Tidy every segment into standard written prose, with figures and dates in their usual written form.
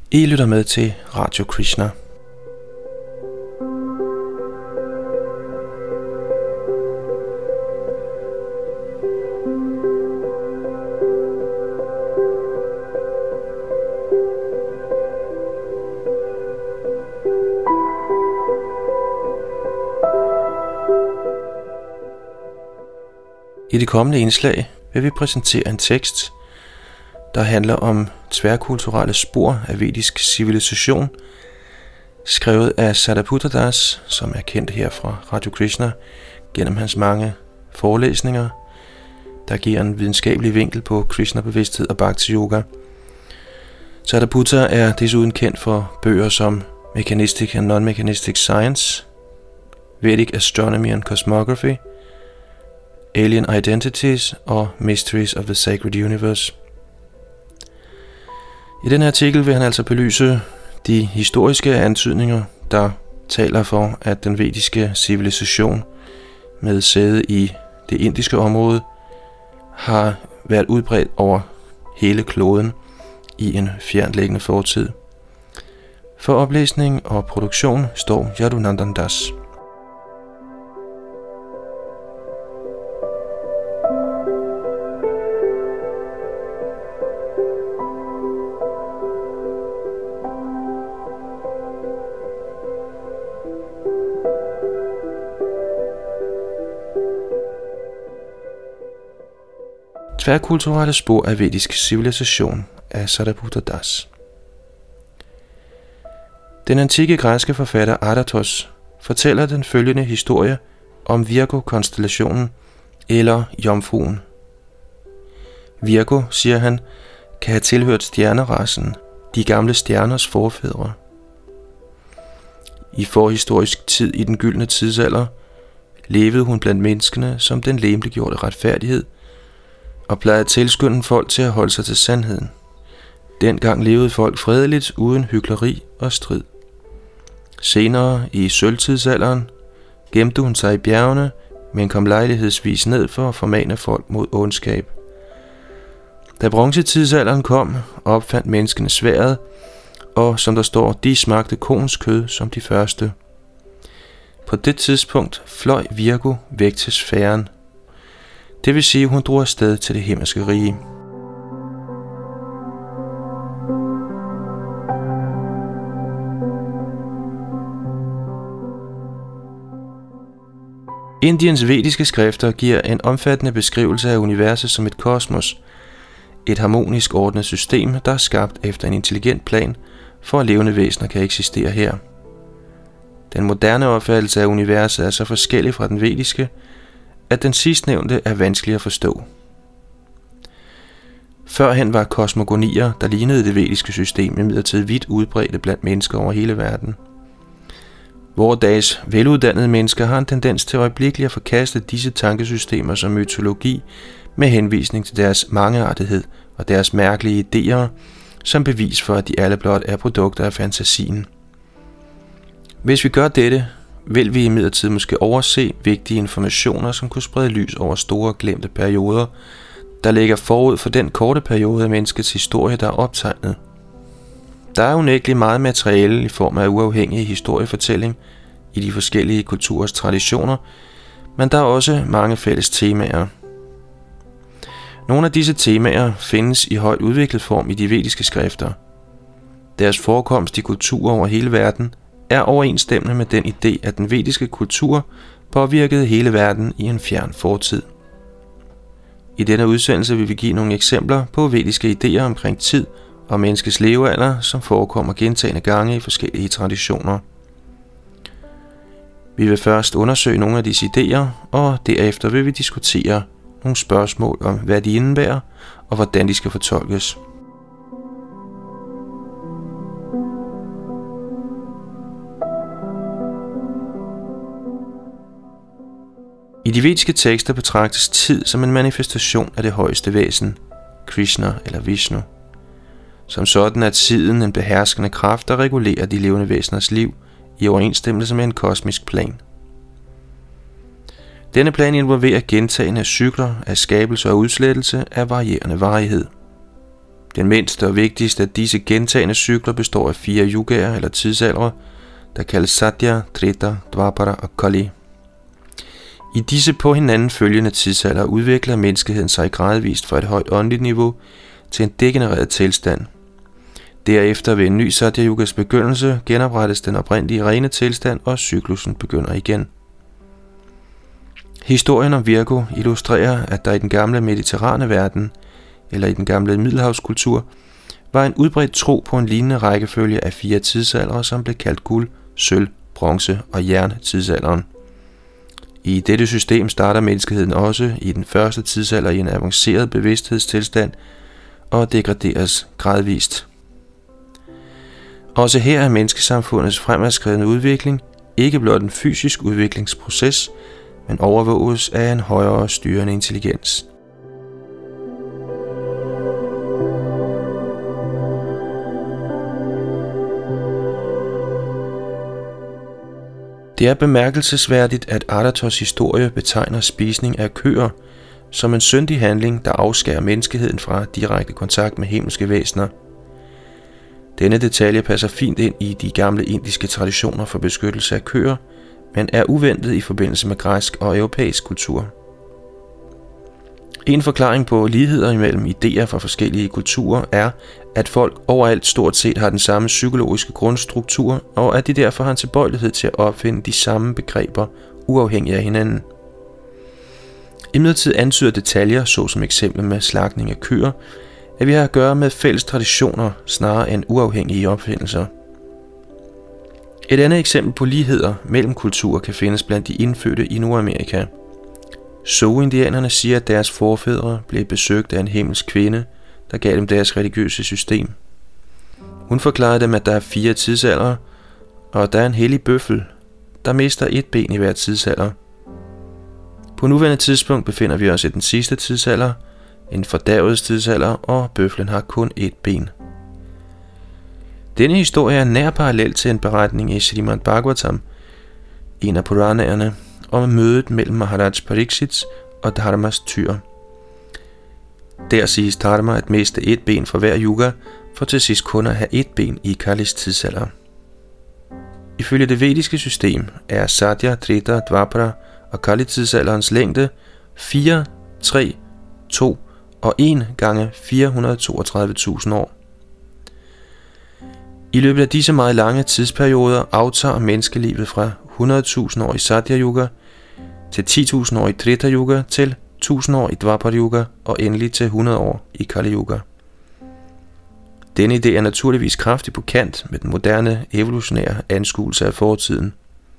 I lytter med til Radio Krishna. I det kommende indslag vil vi præsentere en tekst, der handler om tværkulturelle spor af vedisk civilisation, skrevet af Sariputta Das, som er kendt her fra Radio Krishna gennem hans mange forelæsninger, der giver en videnskabelig vinkel på Krishna-bevidsthed og Bhakti Yoga. Sariputta er desuden kendt for bøger som Mechanistic and Non-Mechanistic Science, Vedic Astronomy and Cosmography, Alien Identities og Mysteries of the Sacred Universe. I den her artikel vil han altså belyse de historiske antydninger, der taler for, at den vediske civilisation med sæde i det indiske område har været udbredt over hele kloden i en fjernliggende fortid. For oplæsning og produktion står Yadunandan Das. Tværkulturelle spor af vedisk civilisation af Sariputta Das. Den antikke græske forfatter Aratos fortæller den følgende historie om Virgo-konstellationen eller Jomfruen. Virgo, siger han, kan have tilhørt stjernerassen, de gamle stjerners forfædre. I forhistorisk tid i den gyldne tidsalder levede hun blandt menneskene som den legemliggjorte retfærdighed, og plejede at tilskynde folk til at holde sig til sandheden. Dengang levede folk fredeligt uden hykleri og strid. Senere i sølvtidsalderen gemte hun sig i bjergene, men kom lejlighedsvis ned for at formane folk mod ondskab. Da bronzetidsalderen kom, opfandt menneskene sværdet, og som der står, de smagte koens kød som de første. På det tidspunkt fløj Virgo væk til sfæren. Det vil sige, at hun drog afsted til det himmelske rige. Indiens vediske skrifter giver en omfattende beskrivelse af universet som et kosmos, et harmonisk ordnet system, der er skabt efter en intelligent plan, for at levende væsener kan eksistere her. Den moderne opfattelse af universet er så forskellig fra den vediske, at den sidstnævnte er vanskelig at forstå. Førhen var kosmogonier, der lignede det vediske system, imidlertid vidt udbredte blandt mennesker over hele verden. Vore dages veluddannede mennesker har en tendens til øjeblikkeligt at forkaste disse tankesystemer som mytologi med henvisning til deres mangeartighed og deres mærkelige idéer, som bevis for, at de alle blot er produkter af fantasien. Hvis vi gør dette, vil vi imidlertid måske overse vigtige informationer, som kunne sprede lys over store glemte perioder, der ligger forud for den korte periode af menneskets historie, der er optegnet. Der er unægteligt meget materiale i form af uafhængig historiefortælling i de forskellige kulturers traditioner, men der er også mange fælles temaer. Nogle af disse temaer findes i højt udviklet form i de vediske skrifter. Deres forekomst i kulturer over hele verden er overensstemmende med den idé, at den vediske kultur påvirkede hele verden i en fjern fortid. I denne udsendelse vil vi give nogle eksempler på vediske idéer omkring tid og menneskets levealder, som forekommer gentagne gange i forskellige traditioner. Vi vil først undersøge nogle af disse idéer, og derefter vil vi diskutere nogle spørgsmål om, hvad de indebærer og hvordan de skal fortolkes. I de vediske tekster betragtes tid som en manifestation af det højeste væsen, Krishna eller Vishnu. Som sådan er tiden en beherskende kraft, der regulerer de levende væseners liv i overensstemmelse med en kosmisk plan. Denne plan involverer gentagende cykler af skabelse og udslettelse af varierende varighed. Den mindste og vigtigste af disse gentagne cykler består af 4 yugaer eller tidsaldre, der kaldes Satya, Treta, Dvapara og Kali. I disse på hinanden følgende tidsalder udvikler menneskeheden sig gradvist fra et højt åndeligt niveau til en degenereret tilstand. Derefter ved en ny Satya Yugas begyndelse genoprettes den oprindelige rene tilstand, og cyklusen begynder igen. Historien om Virgo illustrerer, at der i den gamle mediterrane verden, eller i den gamle middelhavskultur, var en udbredt tro på en lignende rækkefølge af 4 tidsaldre, som blev kaldt guld, sølv, bronze og jern tidsalderen. I dette system starter menneskeheden også i den første tidsalder i en avanceret bevidsthedstilstand og degraderes gradvist. Også her er menneskesamfundets fremadskridende udvikling ikke blot en fysisk udviklingsproces, men overvåges af en højere styrende intelligens. Det er bemærkelsesværdigt, at Adatos historie betegner spisning af køer som en syndig handling, der afskærer menneskeheden fra direkte kontakt med himmelske væsener. Denne detalje passer fint ind i de gamle indiske traditioner for beskyttelse af køer, men er uventet i forbindelse med græsk og europæisk kultur. En forklaring på ligheder imellem idéer fra forskellige kulturer er, at folk overalt stort set har den samme psykologiske grundstruktur, og at de derfor har en tilbøjelighed til at opfinde de samme begreber uafhængigt af hinanden. Imidlertid antyder detaljer, såsom eksempel med slagtning af køer, at vi har at gøre med fælles traditioner snarere end uafhængige opfindelser. Et andet eksempel på ligheder mellem kulturer kan findes blandt de indfødte i Nordamerika. Sioux-indianerne siger, at deres forfædre blev besøgt af en himmelsk kvinde, der gav dem deres religiøse system. Hun forklarede dem, at der er 4 tidsaldre, og der er en hellig bøffel, der mister et ben i hver tidsalder. På nuværende tidspunkt befinder vi os i den sidste tidsalder, en fordærvets tidsalder, og bøflen har kun et ben. Denne historie er nær parallel til en beretning i Srimad Bhagavatam, en af Puranaerne, om mødet mellem Maharaj Parikshits og Dharmas tyr. Der siges Dharma at miste et ben fra hver yuga, for til sidst kun at have et ben i Kalis tidsalder. Ifølge det vediske system er Satya, Treta, Dvapara og Kali tidsalderens længde 4, 3, 2 og 1 gange 432.000 år. I løbet af disse meget lange tidsperioder aftager menneskelivet fra 100.000 år i Satya Yuga til 10.000 år i Treta Yuga til 1.000 år i Dvapara Yuga og endelig til 100 år i Kali Yuga. Denne idé er naturligvis kraftigt på kant med den moderne evolutionære anskuelse af fortiden.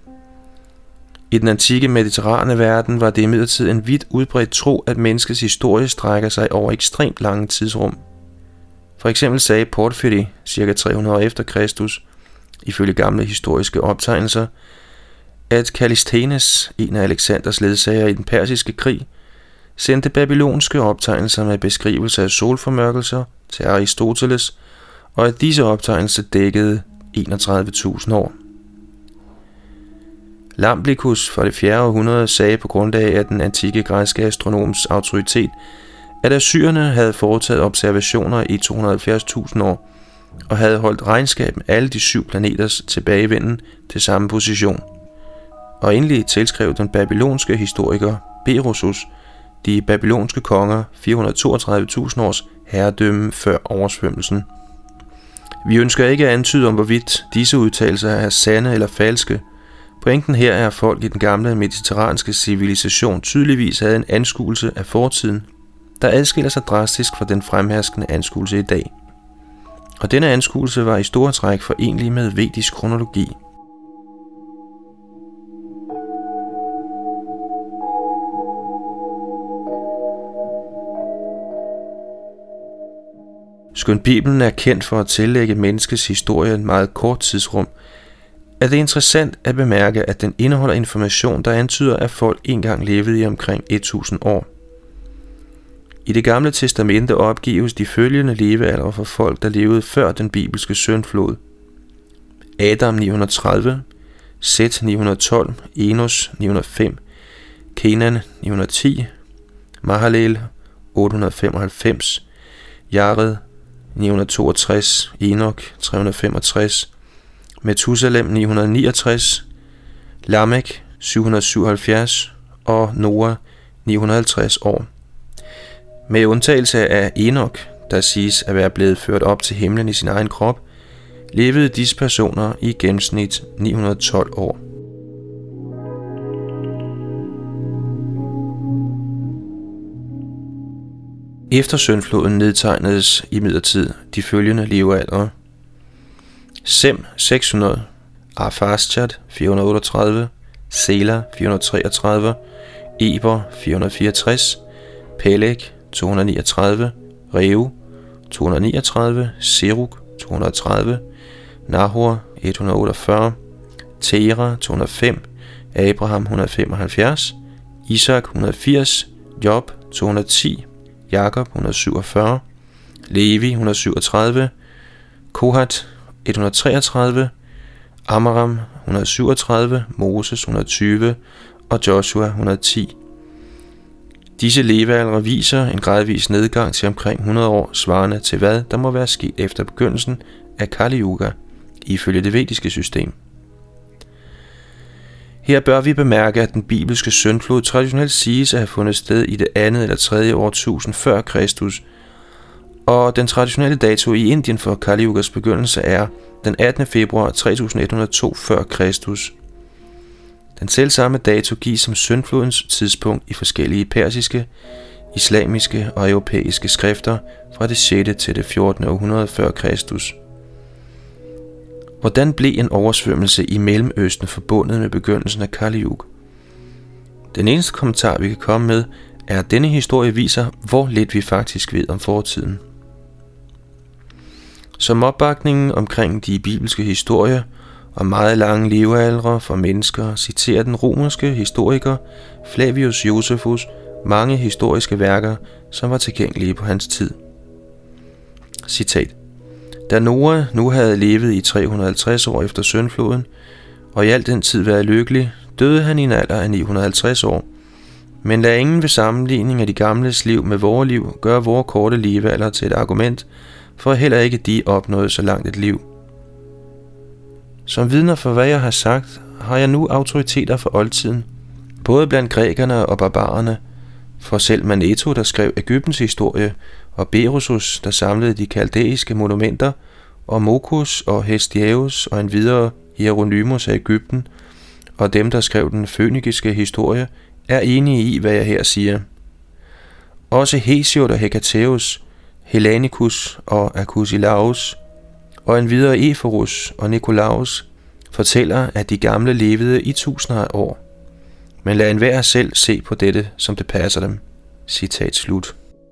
I den antikke mediterrane verden var det imidlertid en vidt udbredt tro, at menneskets historie strækker sig over ekstremt lange tidsrum. For eksempel sagde Porfiri ca. 300 år efter Kristus, ifølge gamle historiske optegnelser, at Kallisthenes, en af Alexanders ledsager i den persiske krig, sendte babylonske optegnelser med beskrivelse af solformørkelser til Aristoteles, og at disse optegnelser dækkede 31.000 år. Lamblikus fra det 4. århundrede sagde på grundlag af den antikke græske astronoms autoritet, at assyrerne havde foretaget observationer i 270.000 år og havde holdt regnskab med alle de 7 planeters tilbagevenden til samme position. Og endelig tilskrev den babylonske historiker Berosus de babylonske konger 432.000 års herredømme før oversvømmelsen. Vi ønsker ikke at antyde om, hvorvidt disse udtalelser er sande eller falske. Pointen her er, at folk i den gamle mediterranske civilisation tydeligvis havde en anskuelse af fortiden, der adskiller sig drastisk fra den fremherskende anskuelse i dag. Og denne anskuelse var i store træk forenlig med vedisk kronologi. Skønt Bibelen er kendt for at tillægge menneskets historie en meget kort tidsrum, er det interessant at bemærke, at den indeholder information, der antyder, at folk engang levede i omkring 1000 år. I det gamle testamente opgives de følgende levealdre for folk, der levede før den bibelske syndflod. Adam 930, Set 912, Enos 905, Kenan 910, Mahalalel 895, Jared 962, Enok 365, Methusalem 969, Lamek 777 og Noah 950 år. Med undtagelse af Enok, der siges at være blevet ført op til himlen i sin egen krop, levede disse personer i gennemsnit 912 år. Efter syndfloden nedtegnedes imidlertid de følgende levealdre: Sem 600, Arphaxad 438, Sela 433, Eber 464, Peleg 239, Reu 239, Serug 230, Nahor 148, Tera 205, Abraham 175, Isak 180, Job 210, Jakob 147, Levi 137, Kohat 133, Amram 137, Moses 120 og Joshua 110. Disse levealdre viser en gradvis nedgang til omkring 100 år, svarende til hvad der må være sket efter begyndelsen af Kali Yuga, ifølge det vediske system. Her bør vi bemærke, at den bibelske syndflod traditionelt siges at have fundet sted i det 2. eller 3. årtusind før Kristus, og den traditionelle dato i Indien for Kali Yugas begyndelse er den 18. februar 3102 før Kristus. Den selvsamme dato gives som syndflodens tidspunkt i forskellige persiske, islamiske og europæiske skrifter fra det 6. til det 14. århundrede før Kristus. Hvordan blev en oversvømmelse i Mellemøsten forbundet med begyndelsen af Kali Yuga? Den eneste kommentar, vi kan komme med, er, at denne historie viser, hvor lidt vi faktisk ved om fortiden. Som opbakningen omkring de bibelske historier og meget lange levealdre for mennesker, citerer den romerske historiker Flavius Josephus mange historiske værker, som var tilgængelige på hans tid. Citat: Da Noah nu havde levet i 350 år efter syndfloden, og i al den tid været lykkelig, døde han i en alder af 950 år. Men lad ingen ved sammenligning af de gamles liv med vores liv gøre vores korte levealder til et argument, for heller ikke de opnåede så langt et liv. Som vidner for hvad jeg har sagt, har jeg nu autoriteter for oldtiden, både blandt grækerne og barbarerne, for selv Manetho, der skrev Egyptens historie, og Berosus, der samlede de kaldæiske monumenter, og Mokos og Hestiaeus og en videre Hieronymus af Egypten, og dem, der skrev den fønikiske historie, er enige i, hvad jeg her siger. Også Hesiod og Hekateus, Hellanicus og Akusilaus, og en videre Ephorus og Nikolaus fortæller, at de gamle levede i tusinder af år. Men lad enhver selv se på dette, som det passer dem. Citat slut.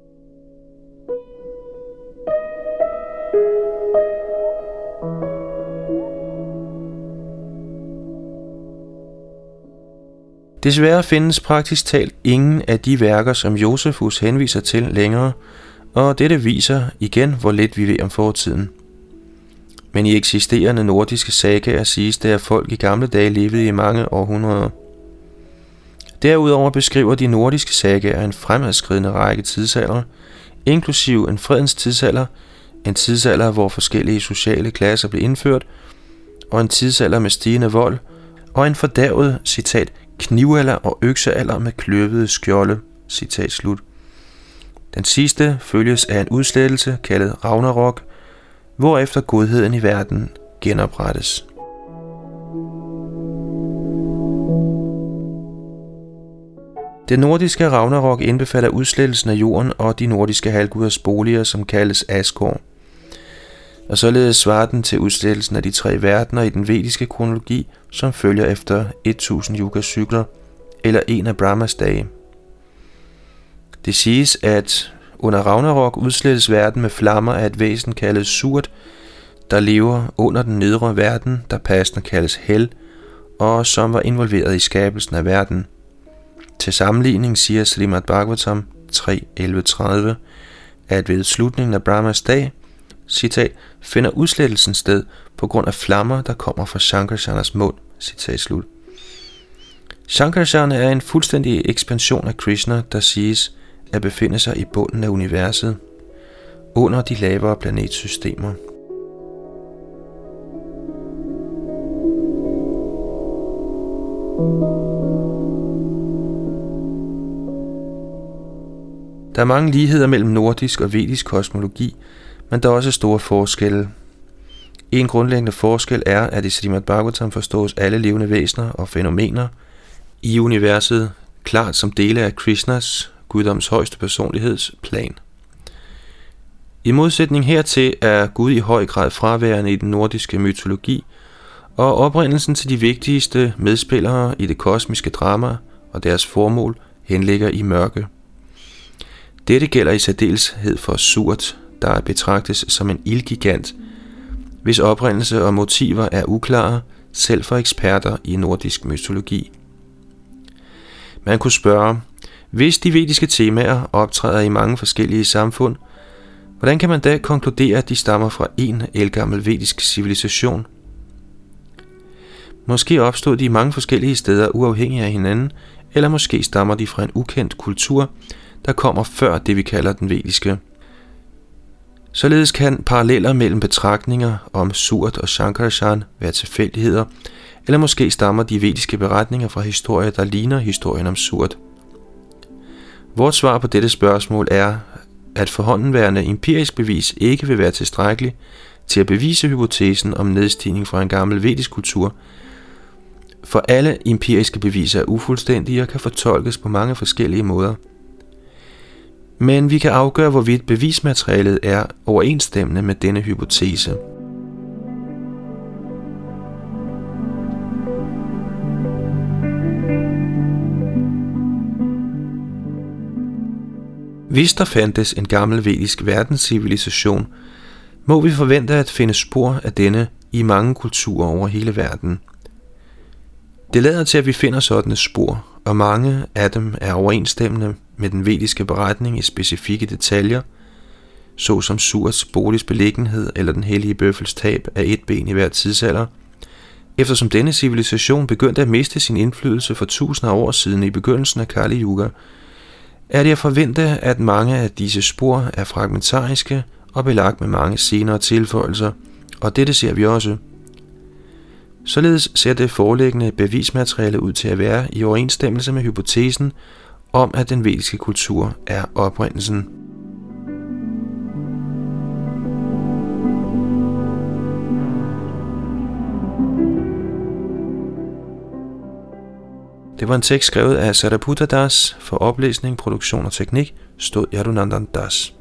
Desværre findes praktisk talt ingen af de værker, som Josephus henviser til længere, og dette viser igen, hvor lidt vi ved om fortiden. Men i eksisterende nordiske sagaer siges det, at folk i gamle dage levede i mange århundreder. Derudover beskriver de nordiske sagaer en fremadskridende række tidsalder, inklusive en fredens tidsalder, en tidsalder, hvor forskellige sociale klasser blev indført, og en tidsalder med stigende vold, og en fordærvet, citat, knivalder og øksealder med kløvede skjolde, citat slut. Den sidste følges af en udslettelse kaldet Ragnarok, hvorefter godheden i verden genoprettes. Det nordiske Ragnarok indbefatter udslettelsen af jorden og de nordiske halvguders boliger, som kaldes Asgård. Og således svarer den til udslettelsen af de 3 verdener i den vediske kronologi, som følger efter 1000 yuga-cykler, eller en af Brahmas dage. Det siges, at under Ragnarok udslettes verden med flammer af et væsen kaldet Surt, der lever under den nedre verden, der passende kaldes Hel, og som var involveret i skabelsen af verden. Til sammenligning siger Srimad Bhagavatam 3.11.30, at ved slutningen af Brahmas dag, citat, finder udslettelsen sted på grund af flammer, der kommer fra Shankarshanas mund, citat slut. Shankarshana er en fuldstændig ekspansion af Krishna, der siges at befinde sig i bunden af universet. under de lavere planetsystemer. Der er mange ligheder mellem nordisk og vedisk kosmologi, men der er også store forskelle. En grundlæggende forskel er, at i Srimad Bhagavatam forstås alle levende væsener og fænomener i universet klart som dele af Krishnas, guddoms højeste personligheds, plan. I modsætning hertil er Gud i høj grad fraværende i den nordiske mytologi, og oprindelsen til de vigtigste medspillere i det kosmiske drama og deres formål henligger i mørke. Dette gælder i særdeleshed for Surt, der betragtes som en ildgigant, hvis oprindelse og motiver er uklare, selv for eksperter i nordisk mytologi. Man kunne spørge, hvis de vediske temaer optræder i mange forskellige samfund, hvordan kan man da konkludere, at de stammer fra en ældgammel vedisk civilisation? Måske opstod de i mange forskellige steder uafhængigt af hinanden, eller måske stammer de fra en ukendt kultur, der kommer før det, vi kalder den vediske. Således kan paralleller mellem betragtninger om Surt og Shankaracharya være tilfældigheder, eller måske stammer de vediske beretninger fra historier, der ligner historien om Surt. Vort svar på dette spørgsmål er, at forhåndenværende empirisk bevis ikke vil være tilstrækkeligt til at bevise hypotesen om nedstigning fra en gammel vedisk kultur, for alle empiriske beviser er ufuldstændige og kan fortolkes på mange forskellige måder. Men vi kan afgøre, hvorvidt bevismaterialet er overensstemmende med denne hypotese. Hvis der fandtes en gammel vedisk verdenscivilisation, må vi forvente at finde spor af denne i mange kulturer over hele verden. Det lader til, at vi finder sådanne spor, og mange af dem er overensstemmende med den vediske beretning i specifikke detaljer, såsom Surts boligs beliggenhed eller den hellige bøffels tab af et ben i hver tidsalder, eftersom denne civilisation begyndte at miste sin indflydelse for tusinder af år siden i begyndelsen af Kali Yuga, er det at forvente, at mange af disse spor er fragmentariske og belagt med mange senere tilføjelser, og dette ser vi også. Således ser det foreliggende bevismateriale ud til at være i overensstemmelse med hypotesen om, at den vediske kultur er oprindelsen. Det var en tekst skrevet af Sariputta Das. For oplæsning, produktion og teknik stod Yadunandan Das.